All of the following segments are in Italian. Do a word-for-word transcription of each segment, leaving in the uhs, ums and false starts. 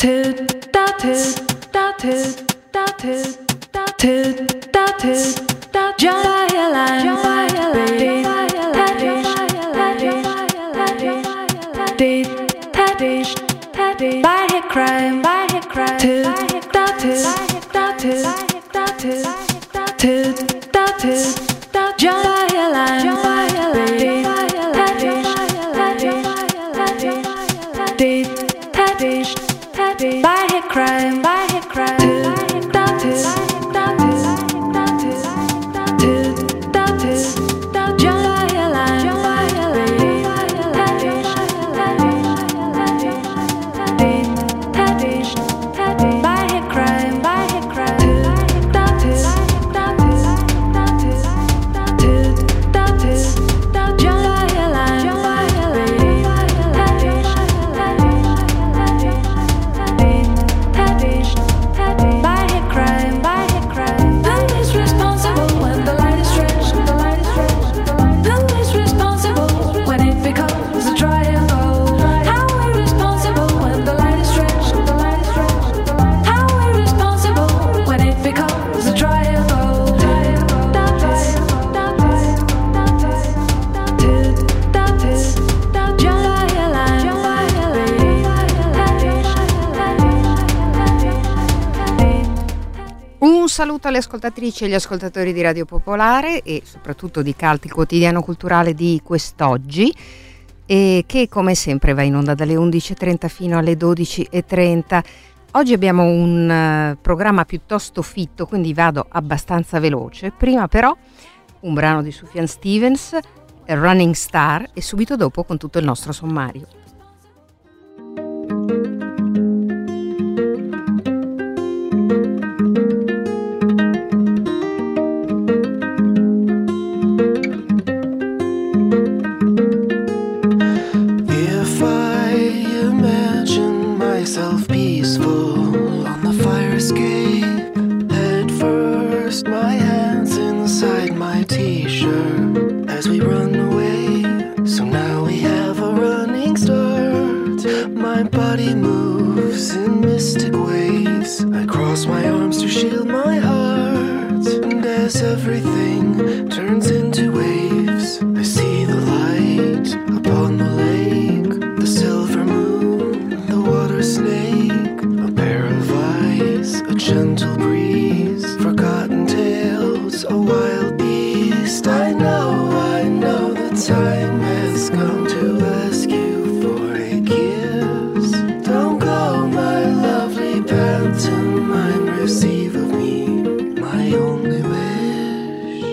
Saluto alle ascoltatrici e agli ascoltatori di Radio Popolare e soprattutto di Cult, il quotidiano culturale di quest'oggi, e che come sempre va in onda dalle undici e trenta fino alle dodici e trenta. Oggi abbiamo un uh, programma piuttosto fitto, quindi vado abbastanza veloce. Prima però un brano di Sufjan Stevens, Running Star, e subito dopo con tutto il nostro sommario. Everything turns into waves. I see the light upon the lake, the silver moon, the water snake, a pair of eyes, a gentle breeze, forgotten tales, a wild beast. I know, I know the time has come to ask you for a kiss. Don't go, my lovely pantomime, receive of me my only wish.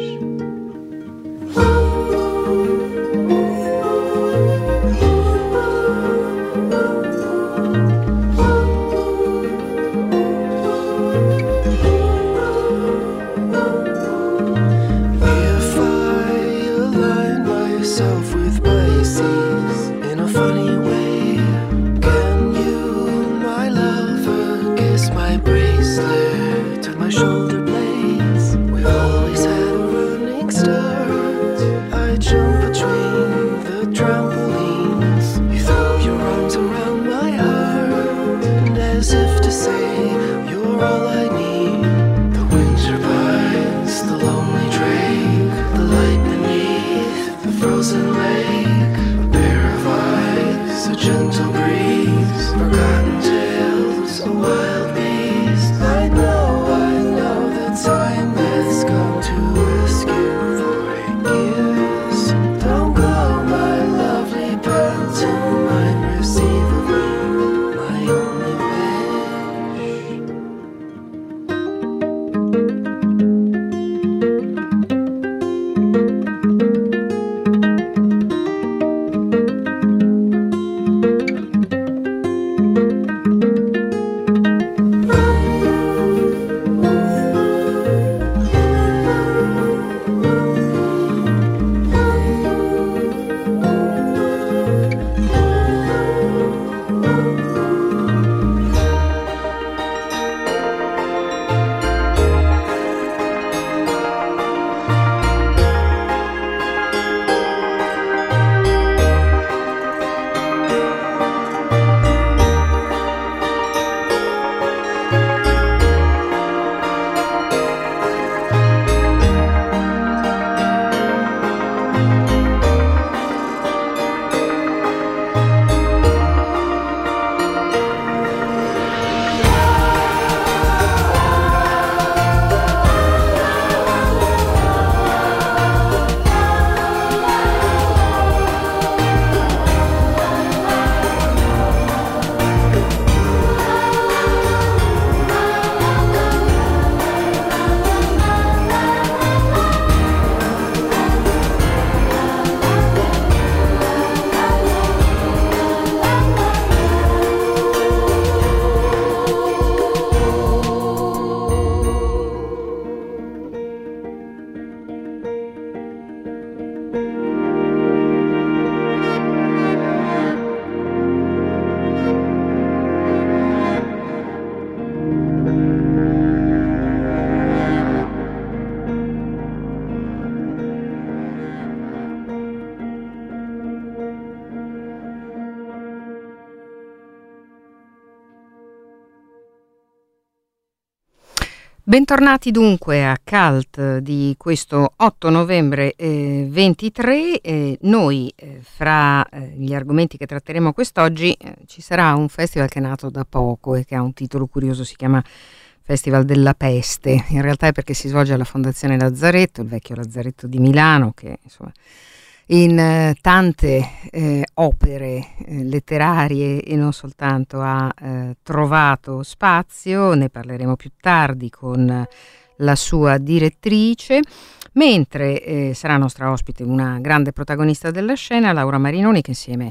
Bentornati dunque a Cult di questo otto novembre eh, ventitré. Eh, noi eh, fra eh, gli argomenti che tratteremo quest'oggi eh, ci sarà un festival che è nato da poco e che ha un titolo curioso, si chiama Festival della Peste. In realtà è perché si svolge alla Fondazione Lazzaretto, il vecchio Lazzaretto di Milano, che insomma in eh, tante eh, opere eh, letterarie e non soltanto ha eh, trovato spazio. Ne parleremo più tardi con la sua direttrice, mentre eh, sarà nostra ospite una grande protagonista della scena, Laura Marinoni, che insieme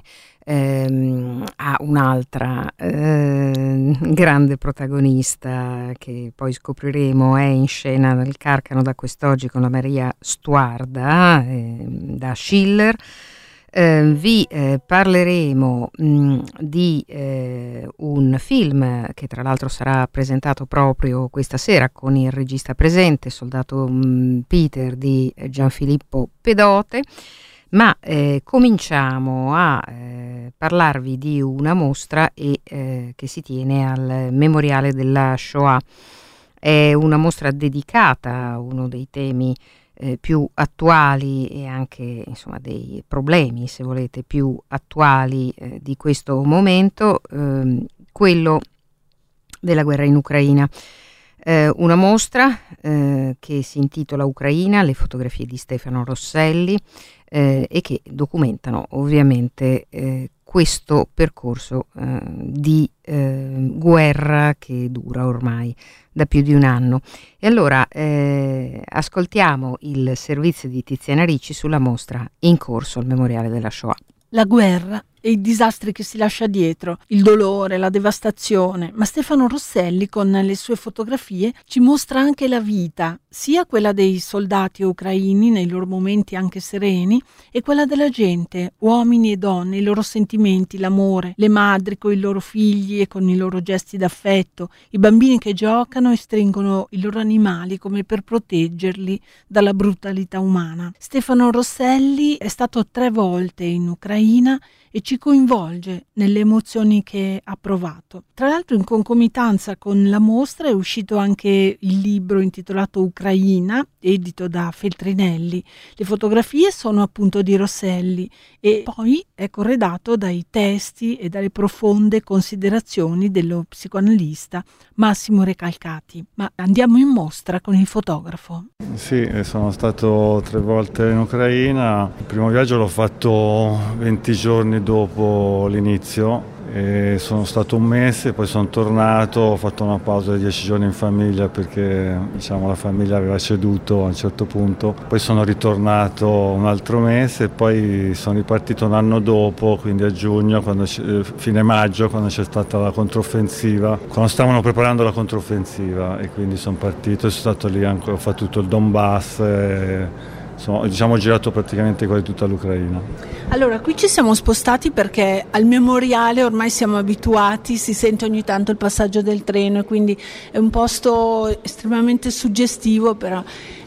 ehm, a un'altra eh, grande protagonista che poi scopriremo è in scena nel Carcano da quest'oggi con la Maria Stuarda eh, da Schiller. Eh, vi eh, parleremo mh, di eh, un film che tra l'altro sarà presentato proprio questa sera con il regista presente, Soldato mh, Peter di Gianfilippo Pedote, ma eh, cominciamo a eh, parlarvi di una mostra e, eh, che si tiene al Memoriale della Shoah. È una mostra dedicata a uno dei temi Eh, più attuali e anche insomma dei problemi, se volete, più attuali eh, di questo momento, ehm, quello della guerra in Ucraina. Eh, una mostra eh, che si intitola Ucraina, le fotografie di Stefano Rosselli eh, e che documentano ovviamente eh, questo percorso eh, di eh, guerra che dura ormai da più di un anno. E allora eh, ascoltiamo il servizio di Tiziana Ricci sulla mostra in corso al Memoriale della Shoah. La guerra e i disastri che si lascia dietro, il dolore, la devastazione, ma Stefano Rosselli con le sue fotografie ci mostra anche la vita, sia quella dei soldati ucraini nei loro momenti anche sereni e quella della gente, uomini e donne, i loro sentimenti, l'amore, le madri con i loro figli e con i loro gesti d'affetto, i bambini che giocano e stringono i loro animali come per proteggerli dalla brutalità umana. Stefano Rosselli è stato tre volte in Ucraina e ci coinvolge nelle emozioni che ha provato. Tra l'altro, in concomitanza con la mostra è uscito anche il libro intitolato Ucraina, edito da Feltrinelli. Le fotografie sono appunto di Rosselli e poi è corredato dai testi e dalle profonde considerazioni dello psicoanalista Massimo Recalcati. Ma andiamo in mostra con il fotografo. Sì, sono stato tre volte in Ucraina. Il primo viaggio l'ho fatto venti giorni dopo l'inizio e sono stato un mese, poi sono tornato, ho fatto una pausa di dieci giorni in famiglia perché diciamo la famiglia aveva ceduto a un certo punto, poi sono ritornato un altro mese e poi sono ripartito un anno dopo, quindi a giugno, quando fine maggio, quando c'è stata la controffensiva, quando stavano preparando la controffensiva e quindi sono partito e sono stato lì, anche, ho fatto tutto il Donbass e Sono, diciamo, ho girato praticamente quasi tutta l'Ucraina. Allora, qui ci siamo spostati perché al memoriale ormai siamo abituati, si sente ogni tanto il passaggio del treno e quindi è un posto estremamente suggestivo, però.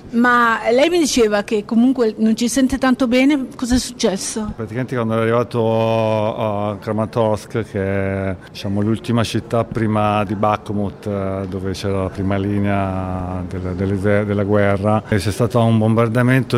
Ma lei mi diceva che comunque non ci sente tanto bene, cosa è successo? Praticamente quando ero arrivato a Kramatorsk, che è diciamo, l'ultima città prima di Bakhmut, dove c'era la prima linea della, delle, della guerra, e c'è stato un bombardamento,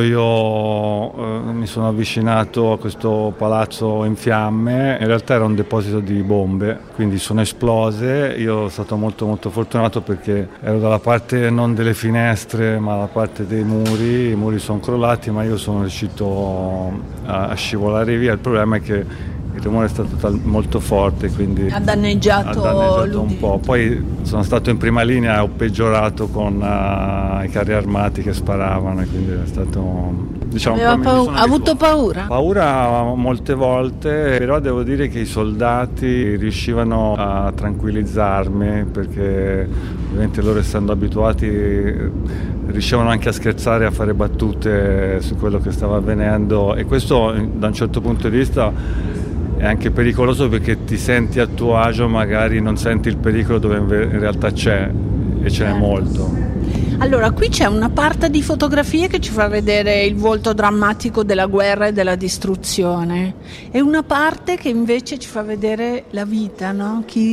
io eh, mi sono avvicinato a questo palazzo in fiamme, in realtà era un deposito di bombe, quindi sono esplose, io sono stato molto molto fortunato perché ero dalla parte non delle finestre ma dalla parte dei muri, i muri sono crollati ma io sono riuscito a, a scivolare via. Il problema è che il rumore è stato tal- molto forte, quindi ha danneggiato, ha danneggiato un po'. Poi sono stato in prima linea e ho peggiorato con uh, i carri armati che sparavano e quindi è stato, diciamo, aveva pau- ha avuto paura? Paura molte volte, però devo dire che i soldati riuscivano a tranquillizzarmi perché ovviamente loro, essendo abituati, riuscivano anche a scherzare, a fare battute su quello che stava avvenendo, e questo da un certo punto di vista è anche pericoloso perché ti senti a tuo agio, magari non senti il pericolo dove in realtà c'è, e ce n'è molto. Allora, qui c'è una parte di fotografie che ci fa vedere il volto drammatico della guerra e della distruzione, e una parte che invece ci fa vedere la vita, no? Chi... Sì.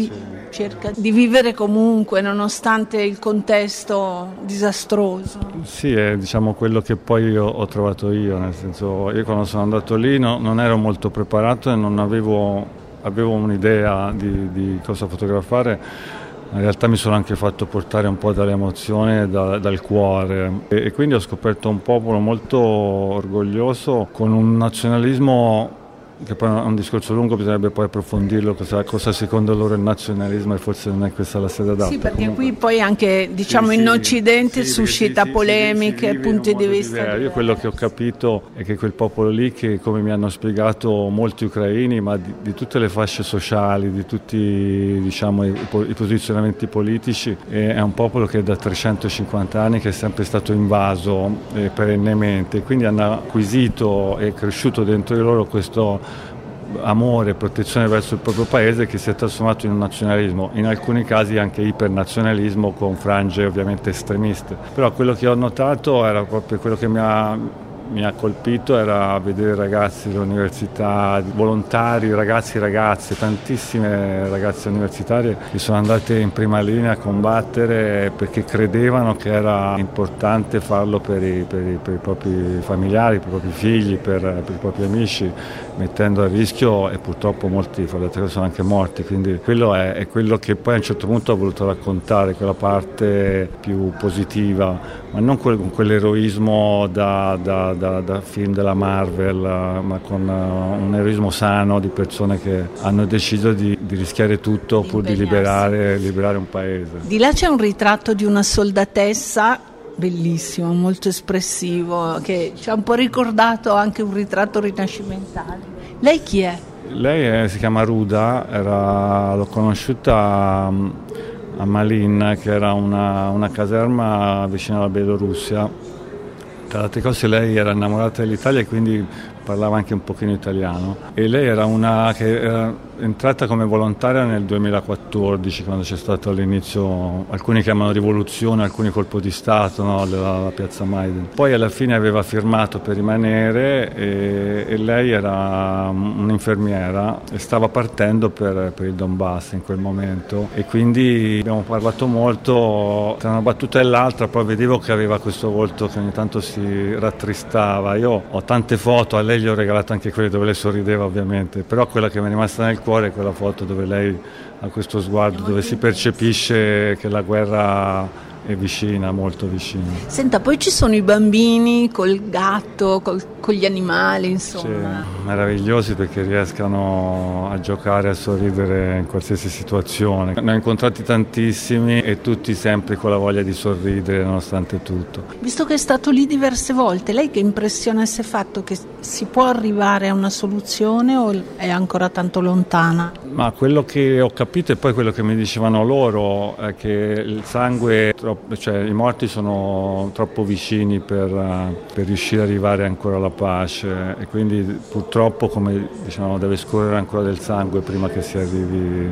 cerca di vivere comunque nonostante il contesto disastroso. Sì, è diciamo quello che poi ho, ho trovato io, nel senso, io quando sono andato lì no, non ero molto preparato e non avevo, avevo un'idea di, di cosa fotografare. In realtà mi sono anche fatto portare un po' dalle emozioni e da, dal cuore e, e quindi ho scoperto un popolo molto orgoglioso con un nazionalismo che poi è un discorso lungo, bisognerebbe poi approfondirlo, cosa, cosa secondo loro è il nazionalismo, e forse non è questa la sede adatta. Sì, perché Comunque, qui poi anche diciamo sì, in sì, Occidente sì, suscita sì, sì, polemiche, sì, sì, punti di vista diverso. Io quello che ho capito è che quel popolo lì, che come mi hanno spiegato molti ucraini, ma di, di tutte le fasce sociali, di tutti diciamo i, i posizionamenti politici, è un popolo che da trecentocinquanta anni che è sempre stato invaso eh, perennemente, quindi hanno acquisito e cresciuto dentro di loro questo amore e protezione verso il proprio paese che si è trasformato in un nazionalismo, in alcuni casi anche ipernazionalismo con frange ovviamente estremiste. Però quello che ho notato era proprio quello che mi ha mi ha colpito, era vedere ragazzi dell'università, volontari, ragazzi e ragazze, tantissime ragazze universitarie che sono andate in prima linea a combattere perché credevano che era importante farlo per i, per i, per i propri familiari, per i propri figli, per, per i propri amici, mettendo a rischio, e purtroppo molti sono anche morti, quindi quello è, è quello che poi a un certo punto ho voluto raccontare, quella parte più positiva, ma non quel, con quell'eroismo da, da Da, da film della Marvel, ma con uh, un eroismo sano di persone che hanno deciso di, di rischiare tutto pur di liberare, liberare un paese. Di là c'è un ritratto di una soldatessa bellissimo, molto espressivo, che ci ha un po' ricordato anche un ritratto rinascimentale. Lei chi è? Lei è, si chiama Ruda, era, l'ho conosciuta um, a Malin, che era una, una caserma vicino alla Bielorussia. Tra le altre cose lei era innamorata dell'Italia e quindi parlava anche un pochino italiano, e lei era una che era entrata come volontaria nel duemilaquattordici, quando c'è stato all'inizio, alcuni chiamano rivoluzione, alcuni colpo di stato, no, della piazza Maidan. Poi alla fine aveva firmato per rimanere e, e lei era un'infermiera e stava partendo per, per il Donbass in quel momento, e quindi abbiamo parlato molto tra una battuta e l'altra. Poi vedevo che aveva questo volto che ogni tanto si rattristava. Io ho tante foto, a lei gli ho regalato anche quelle dove lei sorrideva ovviamente, però quella che mi è rimasta nel cuore è quella foto dove lei ha questo sguardo, dove si percepisce che la guerra è vicina, molto vicina. Senta, poi ci sono i bambini col gatto, col, con gli animali, insomma. Sì, meravigliosi, perché riescano a giocare, a sorridere in qualsiasi situazione. Ne ho incontrati tantissimi e tutti sempre con la voglia di sorridere nonostante tutto. Visto che è stato lì diverse volte, lei che impressione si è fatto? Che si può arrivare a una soluzione o è ancora tanto lontana? Ma quello che ho capito, e poi quello che mi dicevano loro, è che il sangue, cioè i morti sono troppo vicini per, per riuscire ad arrivare ancora alla pace, e quindi purtroppo, come diciamo, deve scorrere ancora del sangue prima che si arrivi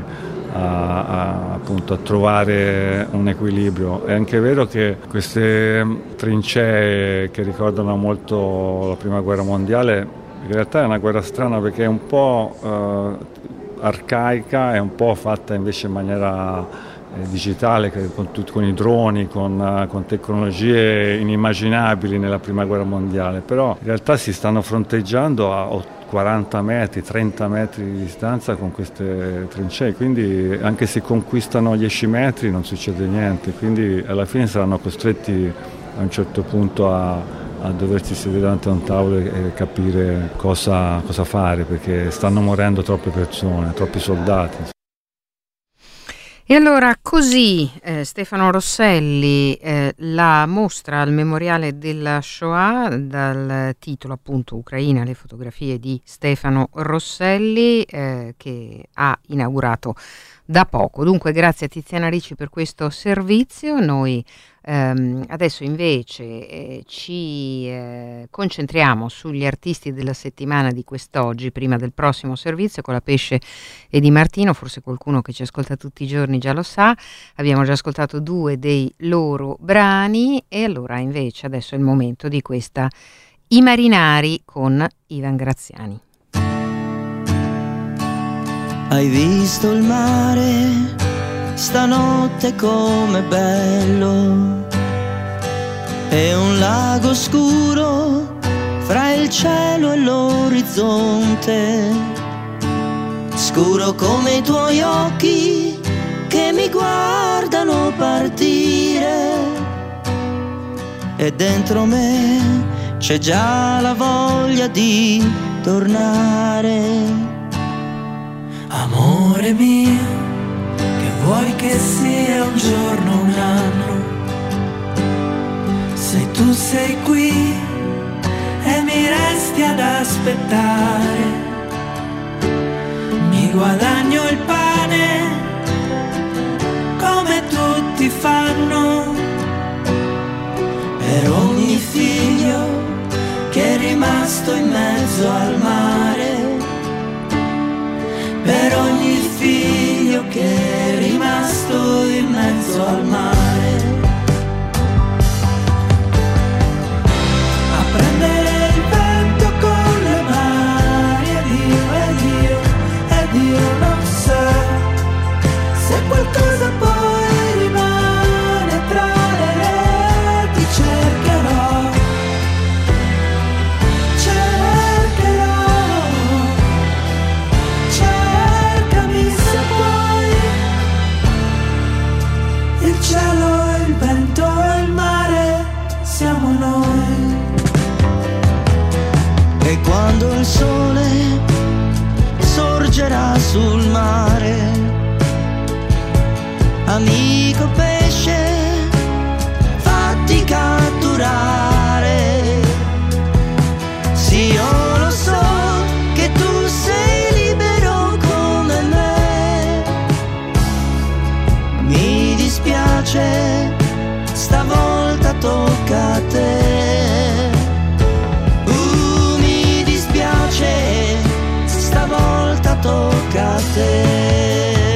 a, a, appunto, a trovare un equilibrio. È anche vero che queste trincee che ricordano molto la prima guerra mondiale, in realtà è una guerra strana, perché è un po' eh, arcaica, è un po' fatta invece in maniera eh, digitale, con, tutti, con i droni, con, uh, con tecnologie inimmaginabili nella prima guerra mondiale, però in realtà si stanno fronteggiando a quaranta metri, trenta metri di distanza con queste trincee, quindi anche se conquistano dieci metri non succede niente, quindi alla fine saranno costretti a un certo punto a a doversi sedere davanti a un tavolo e capire cosa, cosa fare, perché stanno morendo troppe persone, troppi soldati. E allora così eh, Stefano Rosselli, eh, la mostra al Memoriale della Shoah, dal titolo appunto Ucraina, le fotografie di Stefano Rosselli, eh, che ha inaugurato da poco. Dunque grazie a Tiziana Ricci per questo servizio. Noi ehm, adesso invece eh, ci eh, concentriamo sugli artisti della settimana di quest'oggi, prima del prossimo servizio con la Pesce e Di Martino. Forse qualcuno che ci ascolta tutti i giorni già lo sa, abbiamo già ascoltato due dei loro brani, e allora invece adesso è il momento di questa I Marinari con Ivan Graziani. Hai visto il mare stanotte com'è bello. È un lago scuro fra il cielo e l'orizzonte, scuro come i tuoi occhi che mi guardano partire, e dentro me c'è già la voglia di tornare. Amore mio, che vuoi che sia un giorno o un anno, se tu sei qui e mi resti ad aspettare, mi guadagno il pane come tutti fanno, per ogni figlio che è rimasto in mezzo al mare, per ogni figlio che è rimasto in mezzo al mare. A prendere il vento con le mani, ed io, ed io, ed io non so se qualcosa poi rimane tra le reti. Cercherò, cercherò, cercami se vuoi. Il cielo, il vento e il mare siamo noi. E quando il sole sorgerà sul mare, amico pesce, fatti catturare. Sì, io lo so che tu sei libero come me. Mi dispiace, stavolta tocca a te. Uh, mi dispiace, stavolta tocca a te.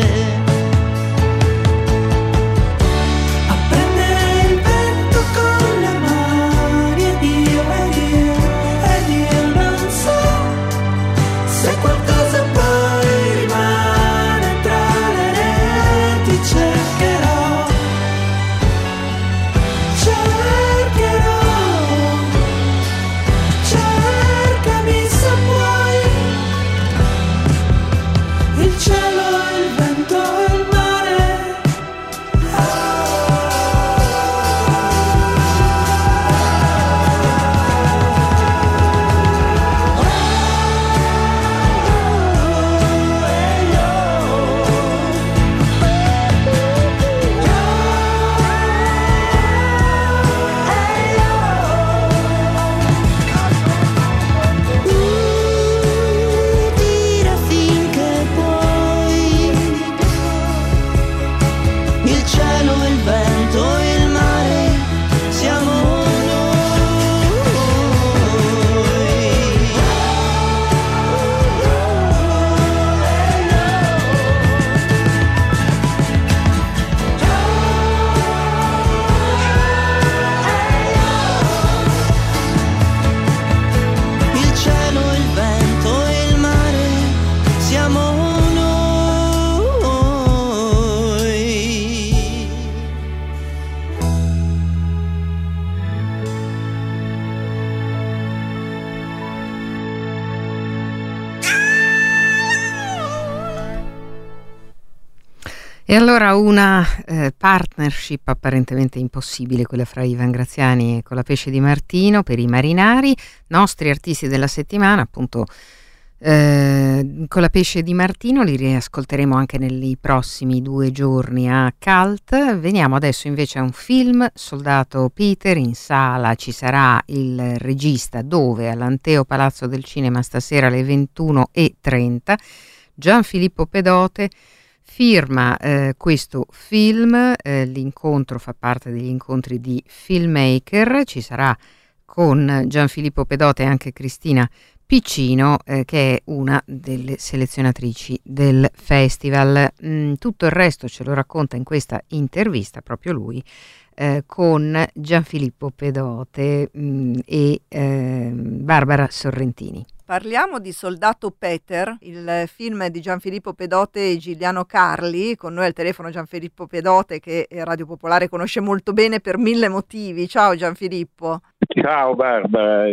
A prendere il vento con le mani, ed io, ed io, ed io non so se qualcosa poi rimane tra le reti. Cercherò, cercherò, cercami se vuoi. Il cielo, il vento e il mare. Uh, tira finché puoi. Il cielo, il vento e il mare siamo noi. Il cielo, il vento e il mare siamo noi. E allora una eh, partnership apparentemente impossibile, quella fra Ivan Graziani e Colapesce di Martino, per i marinari, nostri artisti della settimana, appunto eh, Colapesce di Martino, li riascolteremo anche nei prossimi due giorni a Cult. Veniamo adesso invece a un film, Soldato Peter. In sala ci sarà il regista, dove? All'Anteo Palazzo del Cinema stasera alle ventuno e trenta, Gianfilippo Pedote firma eh, questo film. Eh, l'incontro fa parte degli incontri di Filmmaker, ci sarà con Gianfilippo Pedote e anche Cristina Piccino, eh, che è una delle selezionatrici del festival. Mm, tutto il resto ce lo racconta in questa intervista proprio lui, eh, con Gianfilippo Pedote mm, e eh, Barbara Sorrentini. Parliamo di Soldato Peter, il film di Gianfilippo Pedote e Giuliano Carli. Con noi al telefono Gianfilippo Pedote, che Radio Popolare conosce molto bene per mille motivi. Ciao Gianfilippo. Ciao Barbara,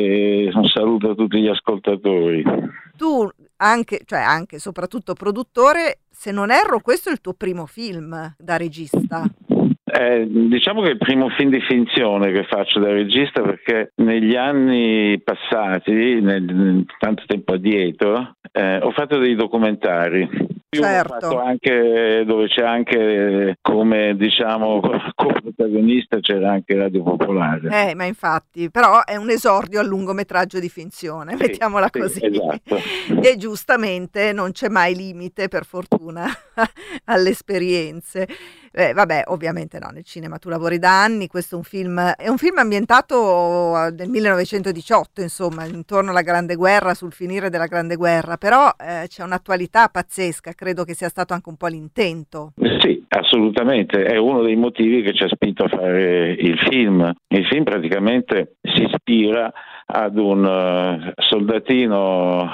e un saluto a tutti gli ascoltatori. Tu anche, cioè anche soprattutto produttore, se non erro questo è il tuo primo film da regista. Eh, diciamo che è il primo film di finzione che faccio da regista, perché negli anni passati, nel, tanto tempo addietro, eh, ho fatto dei documentari. Certo. Ho fatto anche dove c'è anche come diciamo co-protagonista c'era anche Radio Popolare. Eh, ma infatti, però è un esordio al lungometraggio di finzione, sì, mettiamola sì, così. Esatto. E giustamente non c'è mai limite, per fortuna, alle esperienze. Eh, vabbè, ovviamente no, nel cinema tu lavori da anni, questo è un film, è un film ambientato nel millenovecentodiciotto, insomma, intorno alla Grande Guerra, sul finire della Grande Guerra, però eh, c'è un'attualità pazzesca, credo che sia stato anche un po' l'intento. Sì, assolutamente, è uno dei motivi che ci ha spinto a fare il film. Il film praticamente si ispira ad un uh, soldatino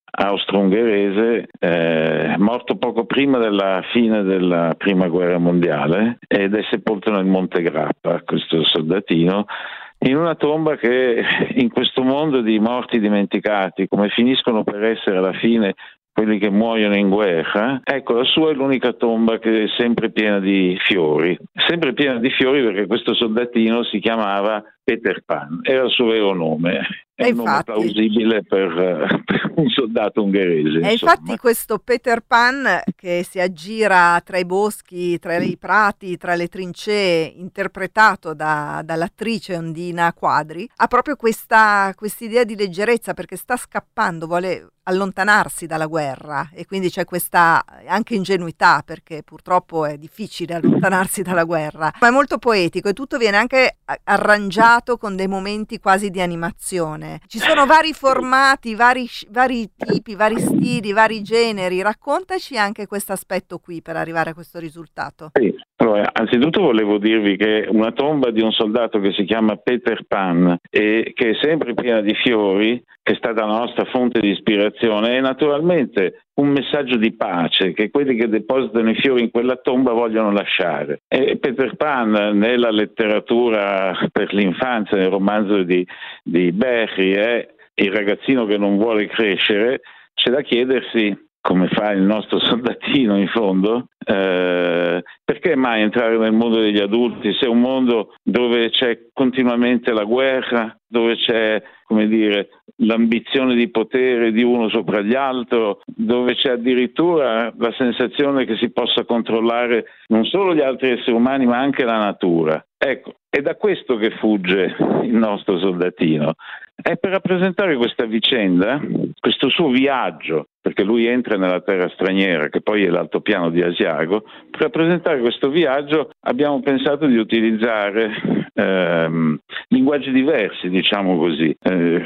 austro-ungherese eh, morto poco prima della fine della prima guerra mondiale, ed è sepolto nel Monte Grappa, questo soldatino, in una tomba che in questo mondo di morti dimenticati, come finiscono per essere alla fine quelli che muoiono in guerra, ecco, la sua è l'unica tomba che è sempre piena di fiori, sempre piena di fiori perché questo soldatino si chiamava Peter Pan, era il suo vero nome. È e un infatti, nome plausibile per, per un soldato ungherese. E infatti questo Peter Pan che si aggira tra i boschi, tra i prati, tra le trincee, interpretato da, dall'attrice Ondina Quadri, ha proprio questa quest'idea di leggerezza, perché sta scappando, vuole allontanarsi dalla guerra, e quindi c'è questa anche ingenuità, perché purtroppo è difficile allontanarsi dalla guerra, ma è molto poetico e tutto viene anche arrangiato con dei momenti quasi di animazione. Ci sono vari formati, vari, vari tipi, vari stili, vari generi. Raccontaci anche questo aspetto qui per arrivare a questo risultato. Sì. Allora, anzitutto volevo dirvi che una tomba di un soldato che si chiama Peter Pan e che è sempre piena di fiori, che è stata la nostra fonte di ispirazione, è naturalmente un messaggio di pace che quelli che depositano i fiori in quella tomba vogliono lasciare. E Peter Pan, nella letteratura per l'infanzia, nel romanzo di, di Barry, è il ragazzino che non vuole crescere. C'è da chiedersi, come fa il nostro soldatino in fondo, eh, perché mai entrare nel mondo degli adulti, se è un mondo dove c'è continuamente la guerra, dove c'è, come dire, l'ambizione di potere di uno sopra gli altri, dove c'è addirittura la sensazione che si possa controllare non solo gli altri esseri umani ma anche la natura. Ecco, è da questo che fugge il nostro soldatino. È per rappresentare questa vicenda, questo suo viaggio, perché lui entra nella terra straniera, che poi è l'altopiano di Asiago. Per rappresentare questo viaggio abbiamo pensato di utilizzare ehm, linguaggi diversi, diciamo così. Eh,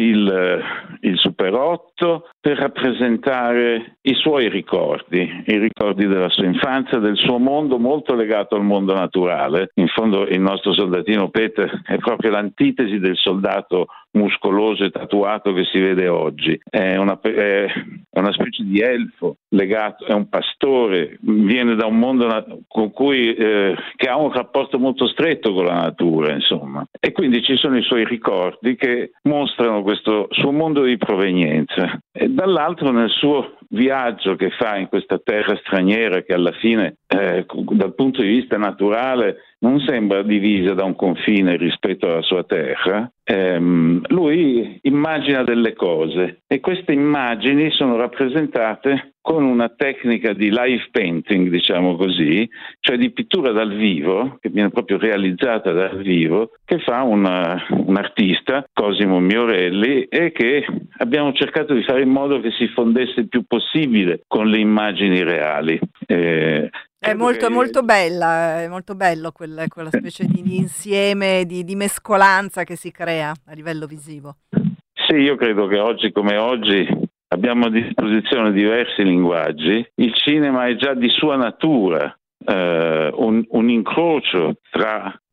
il, il Super otto per rappresentare i suoi ricordi, i ricordi della sua infanzia, del suo mondo molto legato al mondo naturale. In fondo il nostro soldatino Peter è proprio l'antitesi del soldato muscoloso e tatuato che si vede oggi. È una, è una specie di elfo legato, è un pastore, viene da un mondo na- con cui eh, che ha un rapporto molto stretto con la natura, insomma. E quindi ci sono i suoi ricordi che mostrano questo suo mondo di provenienza. E dall'altro, nel suo viaggio che fa in questa terra straniera, che alla fine eh, dal punto di vista naturale non sembra divisa da un confine rispetto alla sua terra, ehm, lui immagina delle cose e queste immagini sono rappresentate con una tecnica di live painting, diciamo così, cioè di pittura dal vivo, che viene proprio realizzata dal vivo, che fa una, un artista, Cosimo Miorelli, e che abbiamo cercato di fare in modo che si fondesse il più possibile con le immagini reali. Eh, È molto, molto bella, è molto bello quel, quella specie di insieme, di, di mescolanza che si crea a livello visivo. Sì, io credo che oggi come oggi abbiamo a disposizione diversi linguaggi. Il cinema è già di sua natura eh, un, un incrocio tra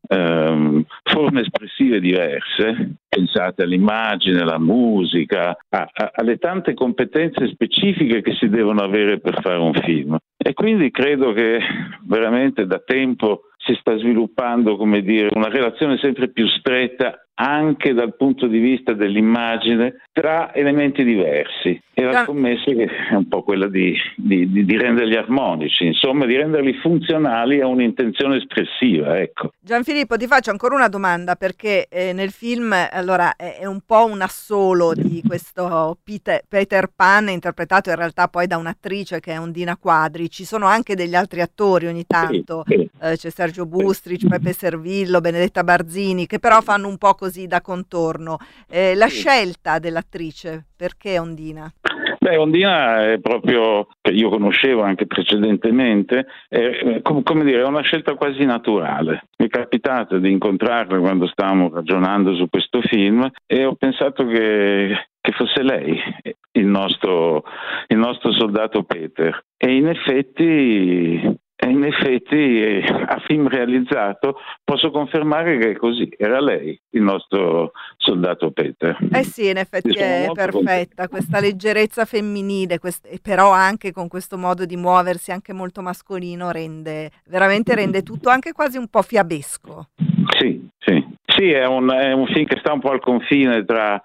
ehm, forme espressive diverse. Pensate all'immagine, alla musica, a, a, alle tante competenze specifiche che si devono avere per fare un film. E quindi credo che veramente da tempo si sta sviluppando, come dire, una relazione sempre più stretta anche dal punto di vista dell'immagine tra elementi diversi, e la scommessa che è un po' quella di, di, di, di renderli armonici, insomma di renderli funzionali a un'intenzione espressiva, ecco. Gianfilippo, ti faccio ancora una domanda, perché eh, nel film allora è, è un po' un assolo di questo Peter, Peter Pan, interpretato in realtà poi da un'attrice che è Ondina Quadri. Ci sono anche degli altri attori ogni tanto, sì, sì. Eh, c'è Sergio Bustrich, Peppe Servillo, Benedetta Barzini, che però fanno un po' così da contorno. Eh, la scelta dell'attrice, perché Ondina? Beh, Ondina è proprio, che io conoscevo anche precedentemente, è, com- come dire, è una scelta quasi naturale. Mi è capitato di incontrarla quando stavamo ragionando su questo film e ho pensato che, che fosse lei il nostro, il nostro soldato Peter. E in effetti... E in effetti a film realizzato posso confermare che è così, era lei il nostro soldato Peter. Eh sì, in effetti è perfetta, questa leggerezza femminile, quest- e però anche con questo modo di muoversi anche molto mascolino rende, veramente rende tutto anche quasi un po' fiabesco. Sì, sì, sì, è un, è un film che sta un po' al confine tra...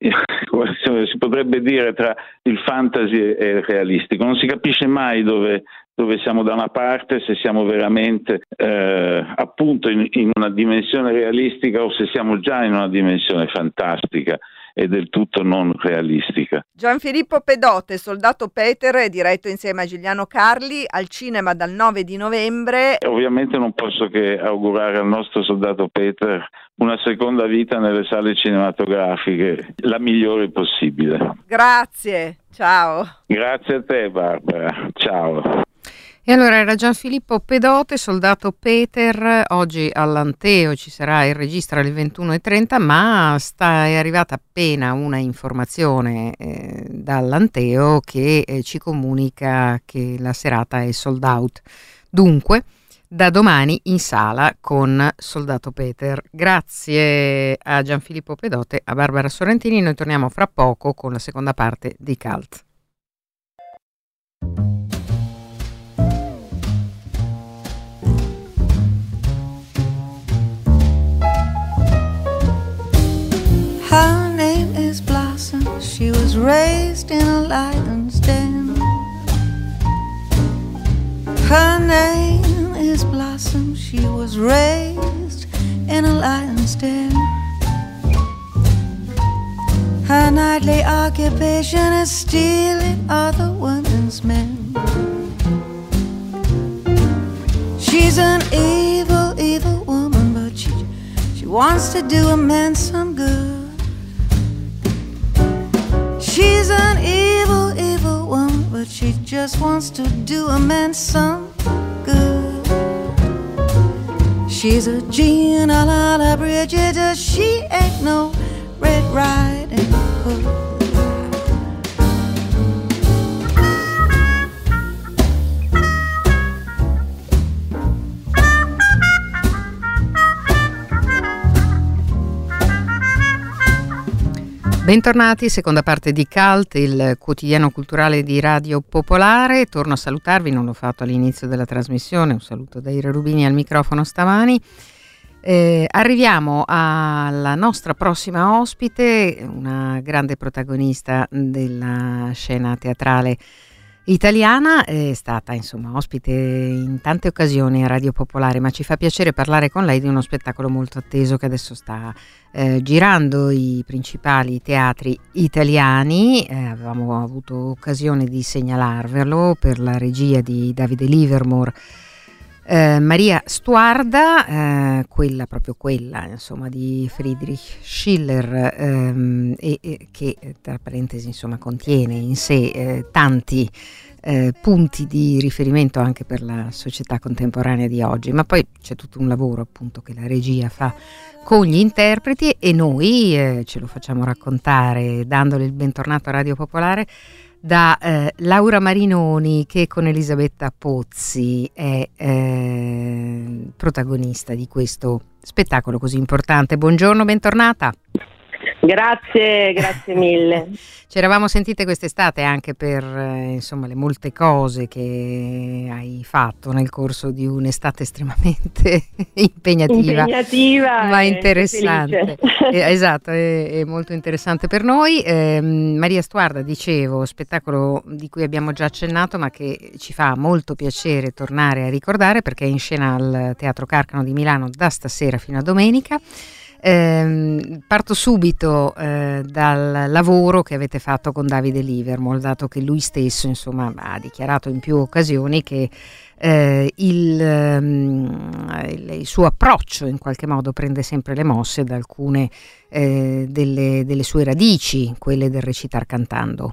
si potrebbe dire tra il fantasy e il realistico, non si capisce mai dove, dove siamo da una parte, se siamo veramente eh, appunto in, in una dimensione realistica o se siamo già in una dimensione fantastica e del tutto non realistica. Gianfilippo Pedote, Soldato Peter, è diretto insieme a Giuliano Carli, al cinema dal nove di novembre. Ovviamente non posso che augurare al nostro Soldato Peter una seconda vita nelle sale cinematografiche, la migliore possibile. Grazie, ciao. Grazie a te Barbara, ciao. E allora era Gianfilippo Pedote, Soldato Peter. Oggi all'Anteo ci sarà il regista alle ventuno e trenta, ma sta, è arrivata appena una informazione eh, dall'Anteo che eh, ci comunica che la serata è sold out. Dunque, da domani in sala con Soldato Peter. Grazie a Gianfilippo Pedote, a Barbara Sorrentini. Noi torniamo fra poco con la seconda parte di Cult. Her name is Blossom, she was raised in a lion's den. Her name is Blossom, she was raised in a lion's den. Her nightly occupation is stealing other women's men. She's an evil, evil woman, but she, she wants to do a man some good. She's an evil, evil woman, but she just wants to do a man some good. She's a Gina la la Bridget, she ain't no Red Riding Hood. Bentornati, seconda parte di Cult, il quotidiano culturale di Radio Popolare. Torno a salutarvi, non l'ho fatto all'inizio della trasmissione, un saluto da Ira Rubini al microfono stamani. Eh, arriviamo alla nostra prossima ospite, una grande protagonista della scena teatrale italiana, è stata insomma ospite in tante occasioni a Radio Popolare, ma ci fa piacere parlare con lei di uno spettacolo molto atteso che adesso sta eh, girando i principali teatri italiani. Eh, avevamo avuto occasione di segnalarvelo per la regia di Davide Livermore. Eh, Maria Stuarda, eh, quella proprio quella insomma di Friedrich Schiller, ehm, e, e che tra parentesi insomma contiene in sé eh, tanti eh, punti di riferimento anche per la società contemporanea di oggi, ma poi c'è tutto un lavoro appunto che la regia fa con gli interpreti e noi eh, ce lo facciamo raccontare dandole il bentornato a Radio Popolare da eh, Laura Marinoni, che con Elisabetta Pozzi è eh, protagonista di questo spettacolo così importante. Buongiorno, bentornata. Grazie, grazie mille. Ci eravamo sentite quest'estate anche per eh, insomma le molte cose che hai fatto nel corso di un'estate estremamente impegnativa, impegnativa ma interessante. Eh, esatto, è, è molto interessante per noi. Eh, Maria Stuarda, dicevo, spettacolo di cui abbiamo già accennato, ma che ci fa molto piacere tornare a ricordare perché è in scena al Teatro Carcano di Milano da stasera fino a domenica. Eh, parto subito eh, dal lavoro che avete fatto con Davide Livermore, dato che lui stesso insomma ha dichiarato in più occasioni che eh, il, um, il, il suo approccio in qualche modo prende sempre le mosse da alcune eh, delle, delle sue radici, quelle del recitar cantando.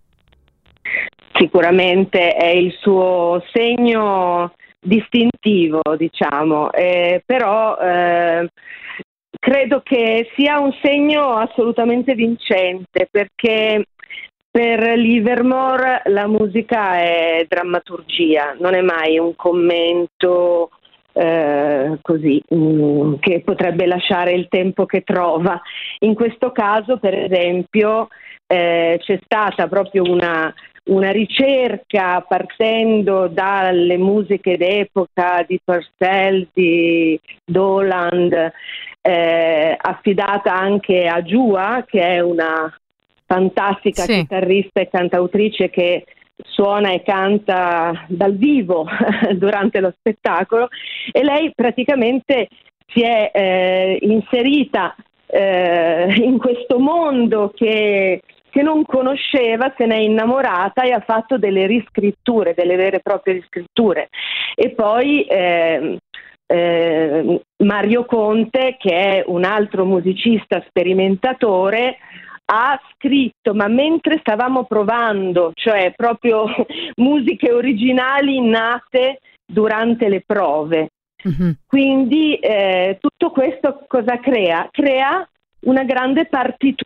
Sicuramente è il suo segno distintivo, diciamo, eh, però eh, credo che sia un segno assolutamente vincente, perché per Livermore la musica è drammaturgia, non è mai un commento eh, così mh, che potrebbe lasciare il tempo che trova. In questo caso, per esempio, eh, c'è stata proprio una una ricerca partendo dalle musiche d'epoca di Purcell, di Doland, eh, affidata anche a Giua, che è una fantastica sì. chitarrista e cantautrice che suona e canta dal vivo durante lo spettacolo, e lei praticamente si è eh, inserita eh, in questo mondo che che non conosceva, se n'è innamorata e ha fatto delle riscritture, delle vere e proprie riscritture. E poi eh, eh, Mario Conte, che è un altro musicista sperimentatore, ha scritto, ma mentre stavamo provando, cioè proprio musiche originali nate durante le prove. Mm-hmm. Quindi eh, tutto questo cosa crea? Crea una grande partitura,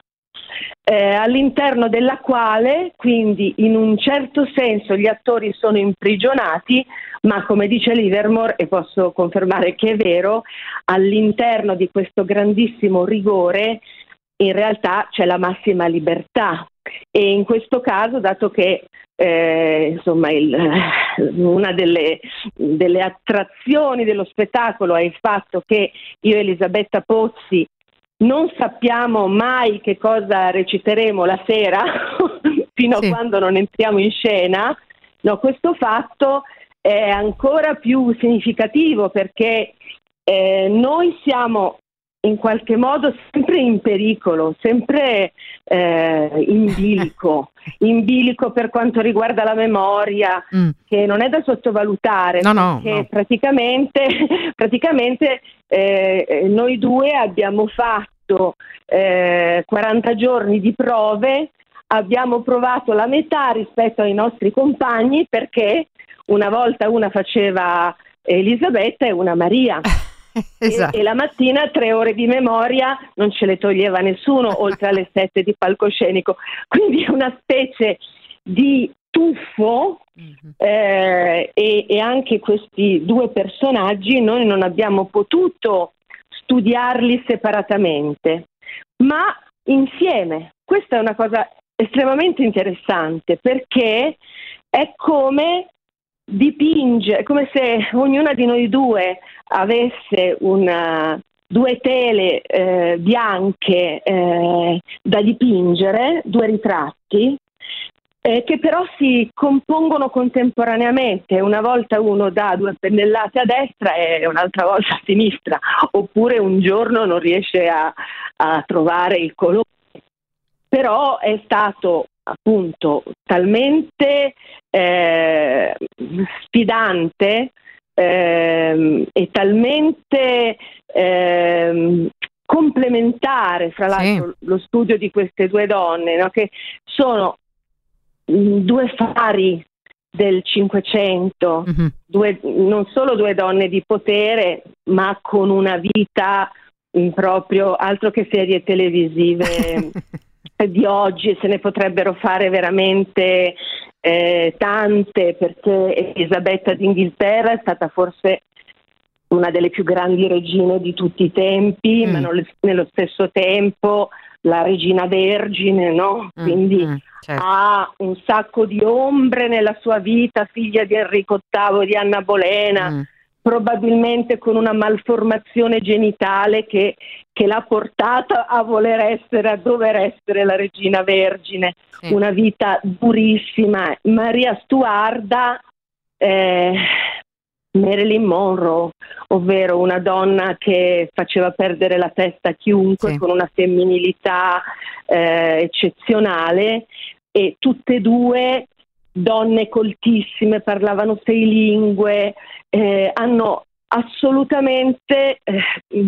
Eh, all'interno della quale quindi in un certo senso gli attori sono imprigionati, ma come dice Livermore, e posso confermare che è vero, all'interno di questo grandissimo rigore in realtà c'è la massima libertà. E in questo caso, dato che eh, insomma il, una delle, delle attrazioni dello spettacolo è il fatto che io e Elisabetta Pozzi non sappiamo mai che cosa reciteremo la sera fino sì. a quando non entriamo in scena, no, questo fatto è ancora più significativo, perché eh, noi siamo in qualche modo sempre in pericolo, sempre eh, in bilico, in bilico per quanto riguarda la memoria, mm. che non è da sottovalutare, no, no, perché no. praticamente, praticamente eh, noi due abbiamo fatto eh, quaranta giorni di prove, abbiamo provato la metà rispetto ai nostri compagni, perché una volta una faceva Elisabetta e una Maria. Esatto. E, e la mattina tre ore di memoria non ce le toglieva nessuno, oltre alle sette di palcoscenico, quindi una specie di tuffo. Mm-hmm. eh, e, e anche questi due personaggi noi non abbiamo potuto studiarli separatamente, ma insieme. Questa è una cosa estremamente interessante, perché è come dipinge, è come se ognuna di noi due avesse una, due tele eh, bianche eh, da dipingere, due ritratti, eh, che però si compongono contemporaneamente. Una volta uno dà due pennellate a destra e un'altra volta a sinistra, oppure un giorno non riesce a, a trovare il colore. Però è stato appunto talmente eh, sfidante eh, e talmente eh, complementare, fra l'altro, sì. lo studio di queste due donne, no? Che sono mh, due fari del Cinquecento, mm-hmm. due, non solo due donne di potere, ma con una vita in proprio altro che serie televisive di oggi, se ne potrebbero fare veramente eh, tante, perché Elisabetta d'Inghilterra è stata forse una delle più grandi regine di tutti i tempi, mm. ma non, nello stesso tempo la regina vergine, no? Mm, Quindi mm, certo. ha un sacco di ombre nella sua vita, figlia di Enrico ottavo e di Anna Bolena, mm. probabilmente con una malformazione genitale che, che l'ha portata a voler essere, a dover essere la regina vergine, sì. una vita durissima. Maria Stuarda, eh, Marilyn Monroe, ovvero una donna che faceva perdere la testa a chiunque, sì. con una femminilità eh, eccezionale, e tutte e due donne coltissime, parlavano sei lingue, eh, hanno assolutamente eh,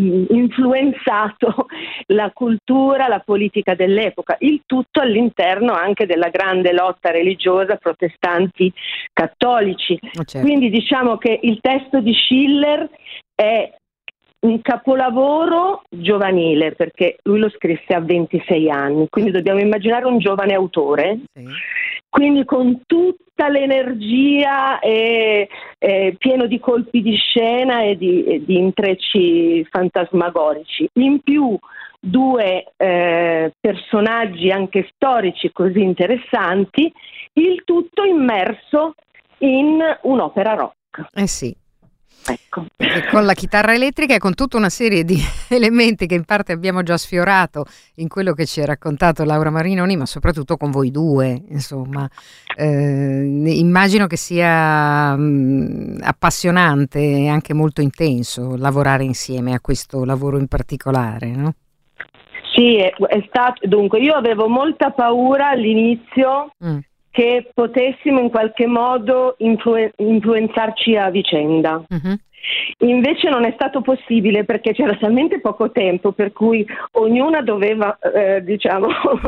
influenzato la cultura, la politica dell'epoca, il tutto all'interno anche della grande lotta religiosa protestanti cattolici. Oh, certo. Quindi diciamo che il testo di Schiller è un capolavoro giovanile, perché lui lo scrisse a ventisei anni, quindi dobbiamo immaginare un giovane autore, sì. quindi con tutta l'energia e, e pieno di colpi di scena e di, e di intrecci fantasmagorici. In più due eh, personaggi anche storici così interessanti, il tutto immerso in un'opera rock. Eh sì. Ecco. E con la chitarra elettrica e con tutta una serie di elementi che in parte abbiamo già sfiorato in quello che ci ha raccontato Laura Marinoni, ma soprattutto con voi due, insomma. Eh, immagino che sia mh, appassionante e anche molto intenso lavorare insieme a questo lavoro in particolare, no? Sì, è, è stato, dunque io avevo molta paura all'inizio mm. che potessimo in qualche modo influ- influenzarci a vicenda. Uh-huh. Invece non è stato possibile, perché c'era talmente poco tempo per cui ognuna doveva eh, diciamo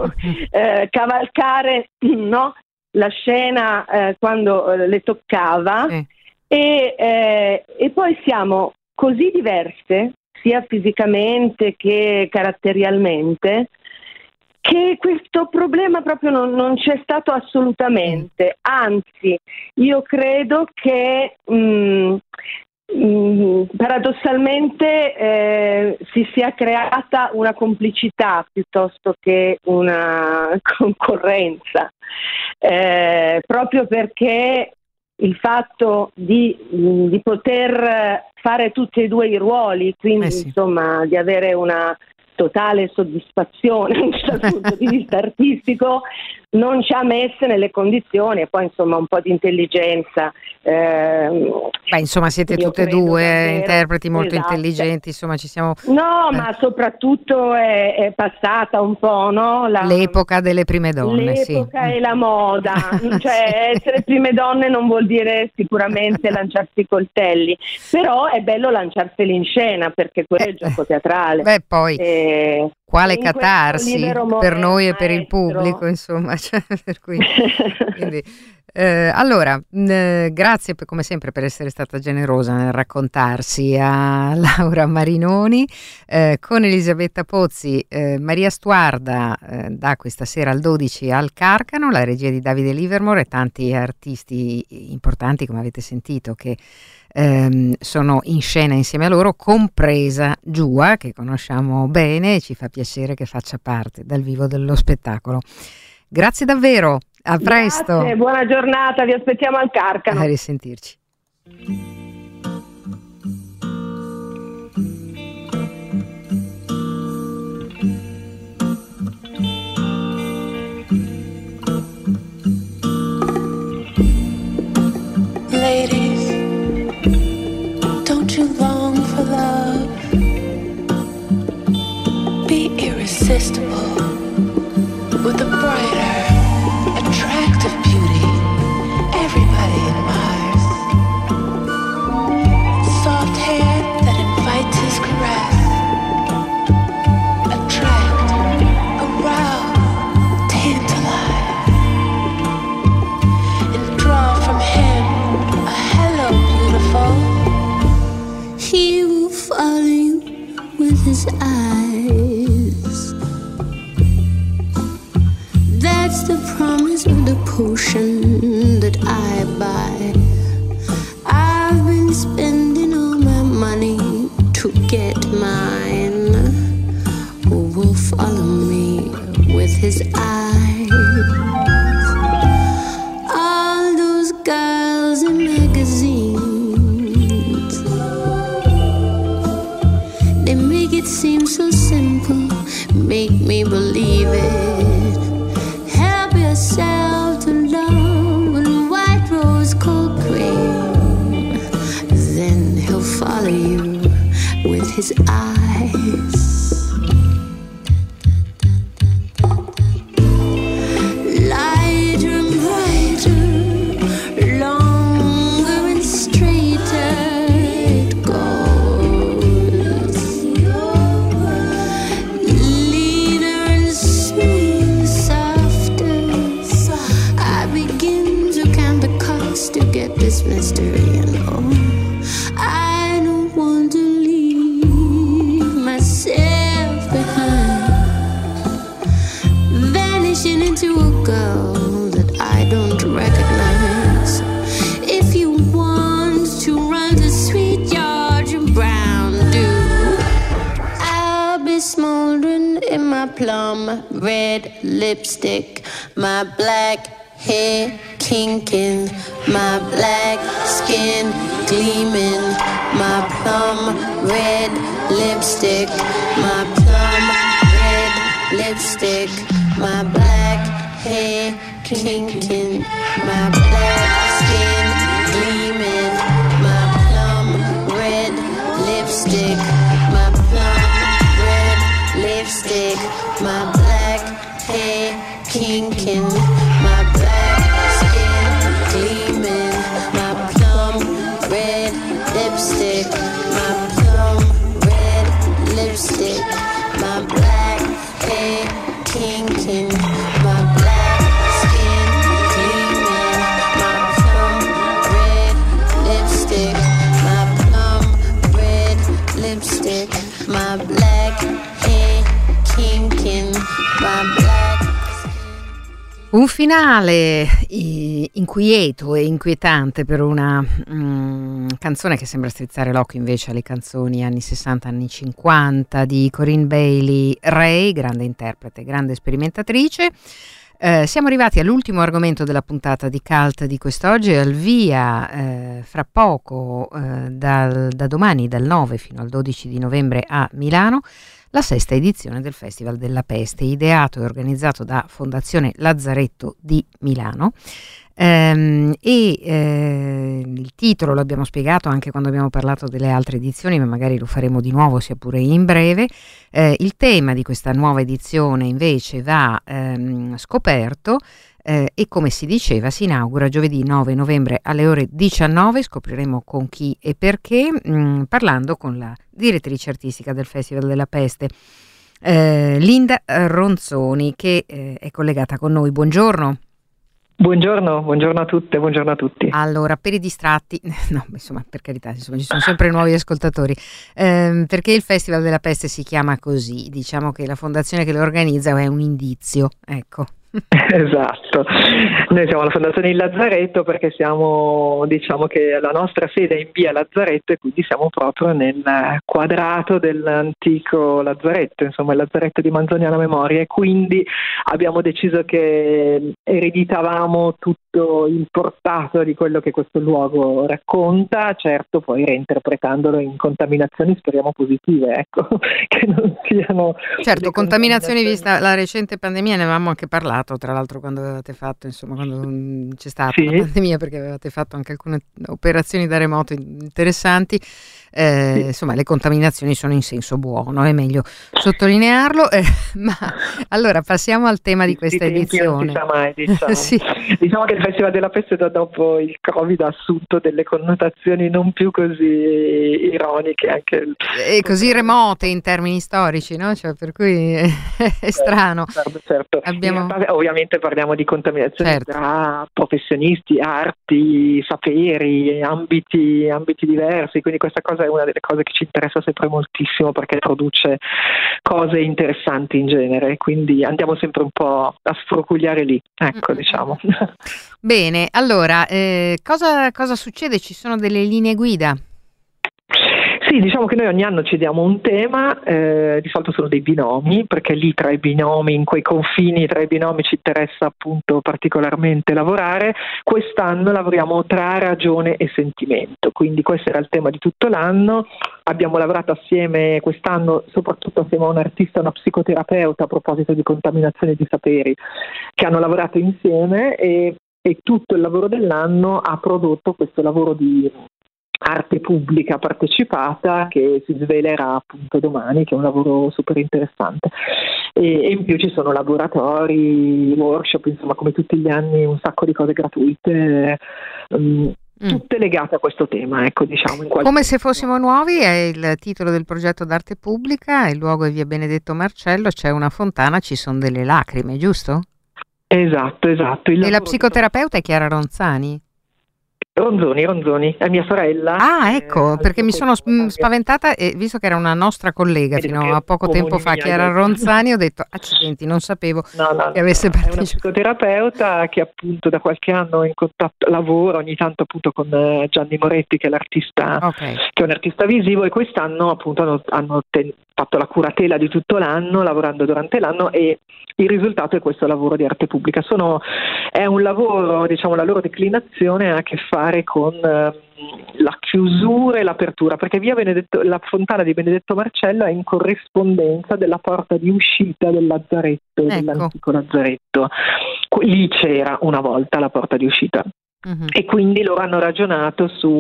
eh, cavalcare no, la scena eh, quando eh, le toccava eh. E, eh, e poi siamo così diverse sia fisicamente che caratterialmente, che questo problema proprio non, non c'è stato assolutamente. Anzi, io credo che mh, mh, paradossalmente eh, si sia creata una complicità piuttosto che una concorrenza, eh, proprio perché il fatto di, di poter fare tutti e due i ruoli, quindi eh sì. insomma di avere una totale soddisfazione dal punto di vista artistico, non ci ha messe nelle condizioni, e poi insomma un po' di intelligenza. Ehm, Beh, insomma siete tutte e due davvero, interpreti molto esatto. intelligenti, insomma ci siamo... No, eh. ma soprattutto è, è passata un po', no? La, l'epoca delle prime donne, l'epoca sì. e la moda, cioè essere prime donne non vuol dire sicuramente lanciarsi i coltelli, però è bello lanciarseli in scena, perché quello eh. è il gioco teatrale. Beh, poi... E, quale catarsi per noi e per il maestro. pubblico, insomma, cioè, per cui, quindi, eh, allora eh, grazie per, come sempre, per essere stata generosa nel raccontarsi a Laura Marinoni. Eh, con Elisabetta Pozzi, eh, Maria Stuarda eh, da questa sera al dodici al Carcano, la regia di Davide Livermore e tanti artisti importanti, come avete sentito, che ehm, sono in scena insieme a loro, compresa Giua, che conosciamo bene e ci fa piacere che faccia parte dal vivo dello spettacolo. Grazie davvero, a presto. Grazie, buona giornata, vi aspettiamo al Carcano. A risentirci. Ladies, don't you long for love? Be irresistible with a brighter, attractive beauty everybody admires. commercials and magazines. They make it seem so simple, make me believe it. Help yourself to love and white rose cold cream. Then he'll follow you with his eyes. This mystery, and oh, I don't want to leave myself behind, vanishing into a girl that I don't recognize. If you want to run to sweet Georgia Brown, do I'll be smoldering in my plum red lipstick, my black hair kinking, my black skin gleaming, my plum red lipstick, my plum red lipstick, my black hair kinking, my black skin gleaming, my plum red lipstick, my plum red lipstick, my black hair kinking, my black skin gleaming, my plum red lipstick, my plum red lipstick, my black hair kinking, my black skin gleaming, my plum red lipstick, my plum red lipstick, my black hair kinking, my black. Un finale i- inquieto e inquietante per una mm, canzone che sembra strizzare l'occhio invece alle canzoni anni sessanta, anni cinquanta di Corinne Bailey Rae, grande interprete, grande sperimentatrice. Eh, siamo arrivati all'ultimo argomento della puntata di Cult di quest'oggi, al via eh, fra poco, eh, dal, da domani, dal nove fino al dodici di novembre a Milano, la sesta edizione del Festival della Peste, ideato e organizzato da Fondazione Lazzaretto di Milano. Ehm, e eh, il titolo l'abbiamo spiegato anche quando abbiamo parlato delle altre edizioni, ma magari lo faremo di nuovo sia pure in breve. Eh, il tema di questa nuova edizione invece va ehm, scoperto eh, e, come si diceva, si inaugura giovedì nove novembre alle ore diciannove. Scopriremo con chi e perché, mh, parlando con la direttrice artistica del Festival della Peste, eh, Linda Ronzoni, che eh, è collegata con noi. Buongiorno. Buongiorno, buongiorno a tutte, buongiorno a tutti. Allora, per i distratti, no, insomma, per carità, insomma, ci sono sempre nuovi ascoltatori, ehm, perché il Festival della Peste si chiama così? Diciamo che la fondazione che lo organizza è un indizio, ecco. Esatto, noi siamo la Fondazione Il Lazzaretto perché siamo, diciamo che la nostra sede è in via Lazzaretto e quindi siamo proprio nel quadrato dell'antico Lazzaretto, insomma il Lazzaretto di Manzoniana Memoria, e quindi abbiamo deciso che ereditavamo tutto il portato di quello che questo luogo racconta, certo poi reinterpretandolo in contaminazioni speriamo positive, ecco, che non siano... Certo, contaminazioni vista la recente pandemia, ne avevamo anche parlato tra l'altro quando avevate fatto, insomma, quando mh, c'è stata Sì. la pandemia, perché avevate fatto anche alcune operazioni da remoto interessanti. Eh, Sì. Insomma, le contaminazioni sono in senso buono, è meglio sottolinearlo. Eh, ma allora passiamo al tema di questa Di tempi non edizione. si sa mai, diciamo. Sì. Diciamo che il Festival della Peste da dopo il Covid ha assunto delle connotazioni non più così ironiche, anche E così remote in termini storici, no? Cioè, per cui è, è strano. Certo, certo. Abbiamo- In realtà, ovviamente parliamo di contaminazioni Certo. tra professionisti, arti, saperi, ambiti, ambiti diversi, quindi questa cosa è una delle cose che ci interessa sempre moltissimo perché produce cose interessanti in genere, quindi andiamo sempre un po' a sfrocugliare lì, ecco, Mm-mm. diciamo. Bene, allora, eh, cosa, cosa succede? Ci sono delle linee guida? Sì, diciamo che noi ogni anno ci diamo un tema, eh, di solito sono dei binomi, perché lì tra i binomi, in quei confini tra i binomi ci interessa appunto particolarmente lavorare. Quest'anno lavoriamo tra ragione e sentimento, quindi questo era il tema di tutto l'anno. Abbiamo lavorato assieme quest'anno, soprattutto assieme a un artista e una psicoterapeuta a proposito di contaminazione di saperi, che hanno lavorato insieme e, e tutto il lavoro dell'anno ha prodotto questo lavoro di arte pubblica partecipata che si svelerà appunto domani, che è un lavoro super interessante. E, e in più ci sono laboratori, workshop, insomma come tutti gli anni un sacco di cose gratuite, um, mm. tutte legate a questo tema, ecco, diciamo. In Come se fossimo nuovi è il titolo del progetto d'arte pubblica, il luogo è via Benedetto Marcello, c'è una fontana, ci sono delle lacrime, giusto? Esatto, esatto. Il e la psicoterapeuta è Chiara Ronzani? Ronzoni, Ronzoni, è mia sorella. Ah, ecco, perché mi sono spaventata e visto che era una nostra collega fino a poco tempo fa, Chiara Ronzani, ho detto, accidenti, non sapevo no, no, che avesse no, partecipato. È una psicoterapeuta che appunto da qualche anno è in contatto, lavora ogni tanto appunto con Gianni Moretti, che è l'artista, okay. che è un artista visivo, e quest'anno appunto hanno, hanno ten- fatto la curatela di tutto l'anno, lavorando durante l'anno, e il risultato è questo lavoro di arte pubblica. Sono, è un lavoro, diciamo, la loro declinazione ha a che fare con eh, la chiusura e l'apertura, perché via Benedetto, la fontana di Benedetto Marcello è in corrispondenza della porta di uscita del lazzaretto, ecco. dell'antico lazzaretto. Lì c'era una volta la porta di uscita. Uh-huh. E quindi loro hanno ragionato su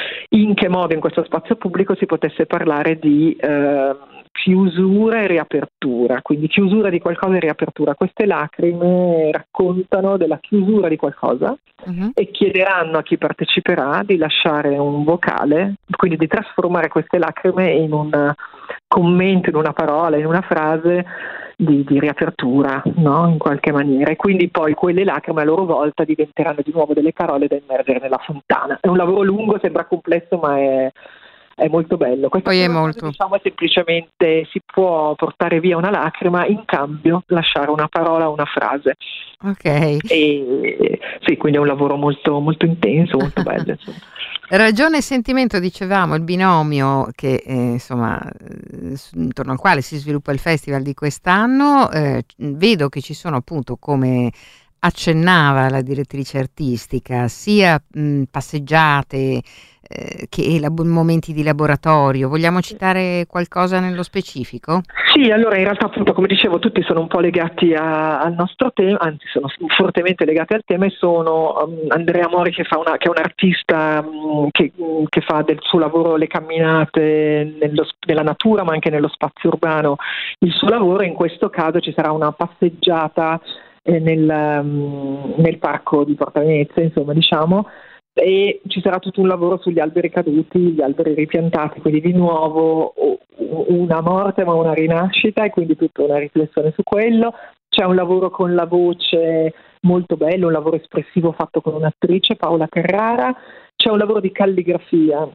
in che modo in questo spazio pubblico si potesse parlare di eh, chiusura e riapertura, quindi chiusura di qualcosa e riapertura. Queste lacrime raccontano della chiusura di qualcosa, uh-huh. e chiederanno a chi parteciperà di lasciare un vocale, quindi di trasformare queste lacrime in un commento, in una parola, in una frase Di, di riapertura, no? In qualche maniera, e quindi poi quelle lacrime a loro volta diventeranno di nuovo delle parole da immergere nella fontana. È un lavoro lungo, sembra complesso, ma è, è molto bello. Questa poi è cosa, molto. Diciamo, è semplicemente si può portare via una lacrima, in cambio lasciare una parola o una frase. Ok. E sì, quindi è un lavoro molto, molto intenso, molto bello. Insomma. Ragione e sentimento, dicevamo, il binomio che eh, insomma eh, intorno al quale si sviluppa il festival di quest'anno. Eh, vedo che ci sono appunto, come accennava la direttrice artistica, sia mh, passeggiate eh, che lab- momenti di laboratorio. Vogliamo citare qualcosa nello specifico? Sì, allora in realtà appunto, come dicevo, tutti sono un po' legati a, al nostro tema, anzi sono fortemente legati al tema, e sono um, Andrea Mori, che, fa una, che è un artista um, che, um, che fa del suo lavoro le camminate nello, nella natura ma anche nello spazio urbano il suo lavoro. In questo caso ci sarà una passeggiata eh, nel, um, nel parco di Porta Venezia, insomma, diciamo, e ci sarà tutto un lavoro sugli alberi caduti, gli alberi ripiantati, quindi di nuovo una morte ma una rinascita, e quindi tutta una riflessione su quello. C'è un lavoro con la voce molto bello, un lavoro espressivo fatto con un'attrice, Paola Carrara. C'è un lavoro di calligrafia.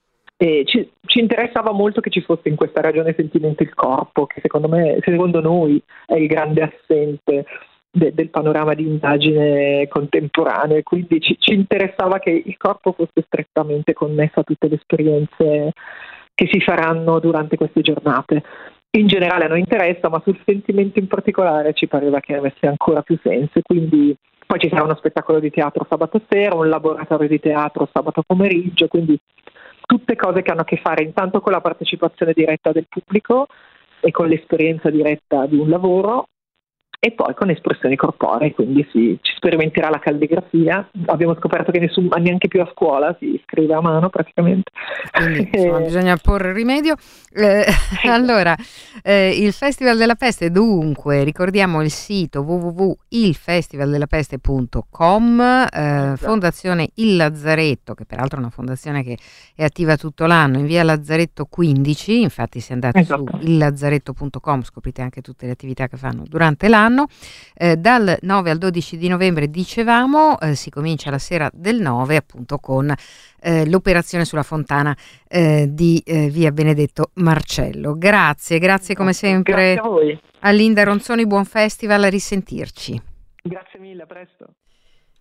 E ci, ci interessava molto che ci fosse in questa ragione sentimento il corpo, che secondo me, secondo noi, è il grande assente De, del panorama di indagine contemporaneo, quindi ci, ci interessava che il corpo fosse strettamente connesso a tutte le esperienze che si faranno durante queste giornate. In generale a noi interessa, ma sul sentimento in particolare ci pareva che avesse ancora più senso, quindi poi ci sarà uno spettacolo di teatro sabato sera, un laboratorio di teatro sabato pomeriggio, quindi tutte cose che hanno a che fare intanto con la partecipazione diretta del pubblico e con l'esperienza diretta di un lavoro, e poi con espressioni corporee, quindi si ci sperimenterà la calligrafia. Abbiamo scoperto che nessun, neanche più a scuola si scrive a mano praticamente. Quindi insomma, bisogna porre rimedio. Eh, allora, eh, il Festival della Peste, dunque, ricordiamo il sito w w w punto il festival della peste punto com, eh, Fondazione Il Lazzaretto, che peraltro è una fondazione che è attiva tutto l'anno, in via Lazzaretto quindici, infatti se andate esatto. su il lazzaretto punto com scoprite anche tutte le attività che fanno durante l'anno. Eh, dal nove al dodici di novembre, dicevamo, eh, si comincia la sera del nove appunto con eh, l'operazione sulla fontana eh, di eh, via Benedetto Marcello. Grazie, grazie come sempre. Grazie a voi. A Linda Ronzoni, buon festival, a risentirci. Grazie mille, a presto.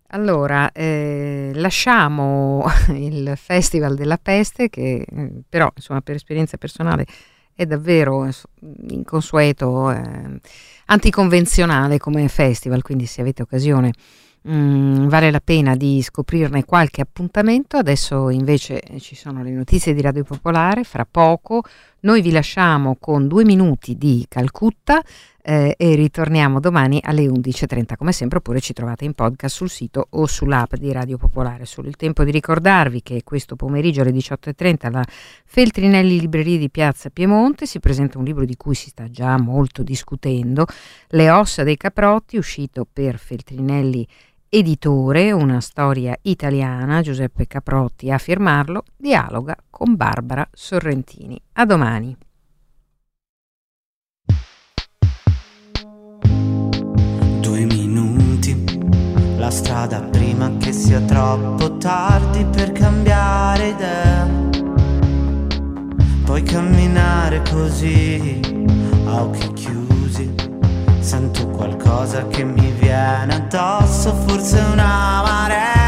Allora, eh, lasciamo il Festival della Peste, che eh, però insomma per esperienza personale è davvero eh, inconsueto, eh, anticonvenzionale come festival, quindi se avete occasione mh, vale la pena di scoprirne qualche appuntamento. Adesso invece ci sono le notizie di Radio Popolare, fra poco noi vi lasciamo con due minuti di Calcutta eh, e ritorniamo domani alle undici e trenta come sempre, oppure ci trovate in podcast sul sito o sull'app di Radio Popolare. Solo il tempo di ricordarvi che questo pomeriggio alle diciotto e trenta alla Feltrinelli Libreria di Piazza Piemonte si presenta un libro di cui si sta già molto discutendo, Le ossa dei caprotti, uscito per Feltrinelli Editore, una storia italiana. Giuseppe Caprotti a firmarlo, dialoga con Barbara Sorrentini. A domani. Due minuti, la strada prima che sia troppo tardi per cambiare idea. Puoi camminare così, a occhi chiusi. Sento qualcosa che mi viene addosso, forse una marea.